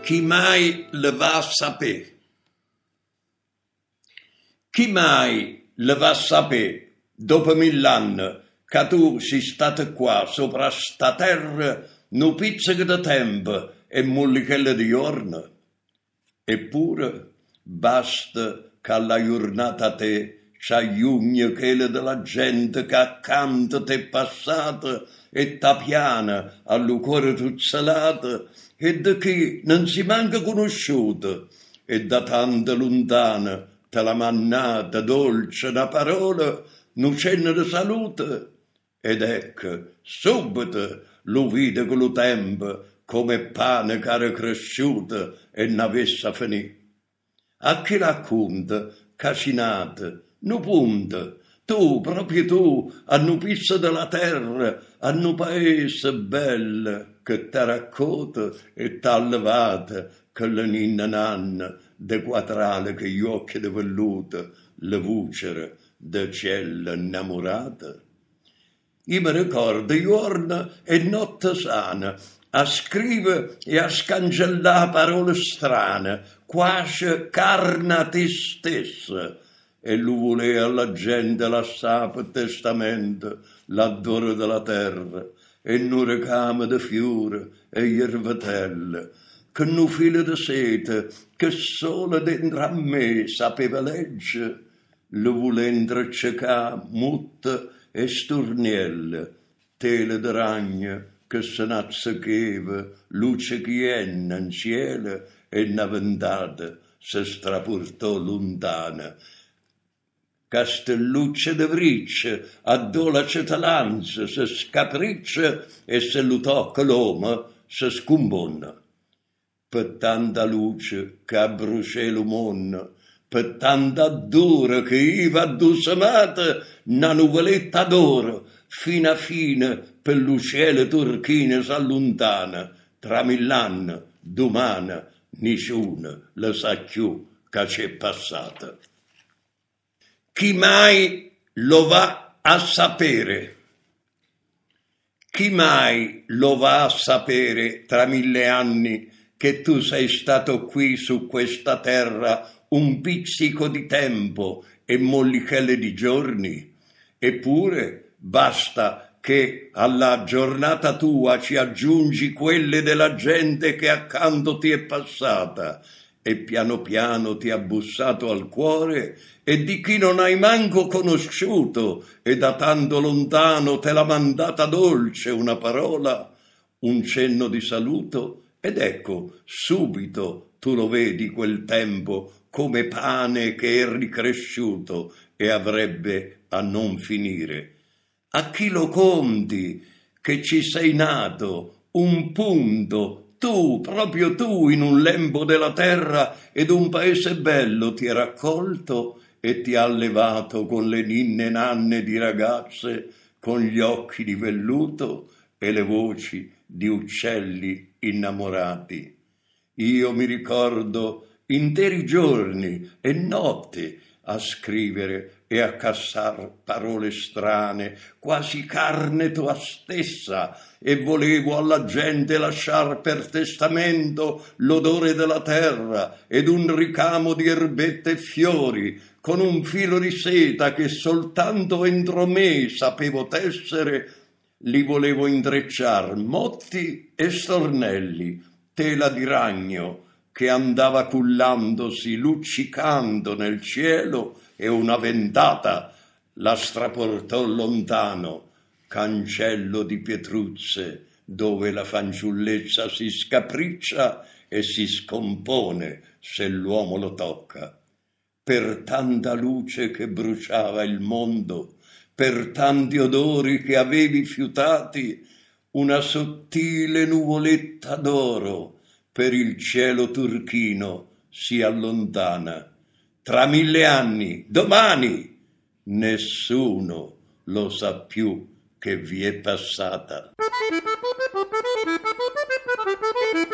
Chi mai le va a sapere? Chi mai le va a sapere, dopo 1000 anni, che tu sei stato qua, sopra sta terra, no pizzico di tempo e mollichelle di giorno? Eppure, basta che alla giornata te c'aiugni quelle della gente che accanto t'è passata e t'appiana al cuore tuzzelato e di chi non si manca conosciuto e da tanto lontana te la mannata dolce una parola, un cenno di salute ed ecco subito lo vide con lo tempo come pane che era cresciuto e n'avesse finito. A chi racconta, cacinate, no punto, tu, proprio tu, a nu pizzo della terra, a nu paese bello, che t'ha raccolta e t'ha allevata, che la ninna nanna, de quatrale che gli occhi di velluto, le vucere, de cielo innamorata. Io mi ricordo giorno e notte sana, a scrivere e a scancellare parole strane, quasi carne a te stessa, e lui voleva alla gente lasciare per testamento l'adoro della terra, e non recame di fiore e iervatelle, che non filo di sete, che solo dentro a me sapeva leggere, lo volendo cercare mutte e sturnielle, tele di ragno che se n'azzecheva, luce chienna in cielo e una ventata se straportò lontana. Castellucce de bricce, a dola cetelanza, se scapriccia e se lo tocca l'uomo, se scombonna. Per tanta luce che a bruciato il mondo, per tanta dura che iva addosamata, una nuvoletta d'oro, fino a fine per l'uccello turchino s'allontana, tra 1000 anni, domani, nessuno lo sa più che c'è passata. Chi mai lo va a sapere? Chi mai lo va a sapere tra 1000 anni che tu sei stato qui su questa terra un pizzico di tempo e mollichelle di giorni? Eppure basta che alla giornata tua ci aggiungi quelle della gente che accanto ti è passata e piano piano ti ha bussato al cuore e di chi non hai manco conosciuto e da tanto lontano te l'ha mandata dolce una parola, un cenno di saluto ed ecco subito tu lo vedi quel tempo come pane che è ricresciuto e avrebbe a non finire. A chi lo conti che ci sei nato un punto, tu, proprio tu, in un lembo della terra ed un paese bello ti ha raccolto e ti ha allevato con le ninne nanne di ragazze, con gli occhi di velluto e le voci di uccelli innamorati. Io mi ricordo interi giorni e notti a scrivere e a cassar parole strane, quasi carne tua stessa, e volevo alla gente lasciar per testamento l'odore della terra ed un ricamo di erbette e fiori, con un filo di seta che soltanto entro me sapevo tessere, li volevo intrecciar motti e stornelli, tela di ragno che andava cullandosi, luccicando nel cielo, e una ventata la straportò lontano, cancello di pietruzze, dove la fanciullezza si scapriccia e si scompone se l'uomo lo tocca. Per tanta luce che bruciava il mondo, per tanti odori che avevi fiutati, una sottile nuvoletta d'oro per il cielo turchino si allontana. Tra 1000 anni, domani, nessuno lo sa più che vi è passata.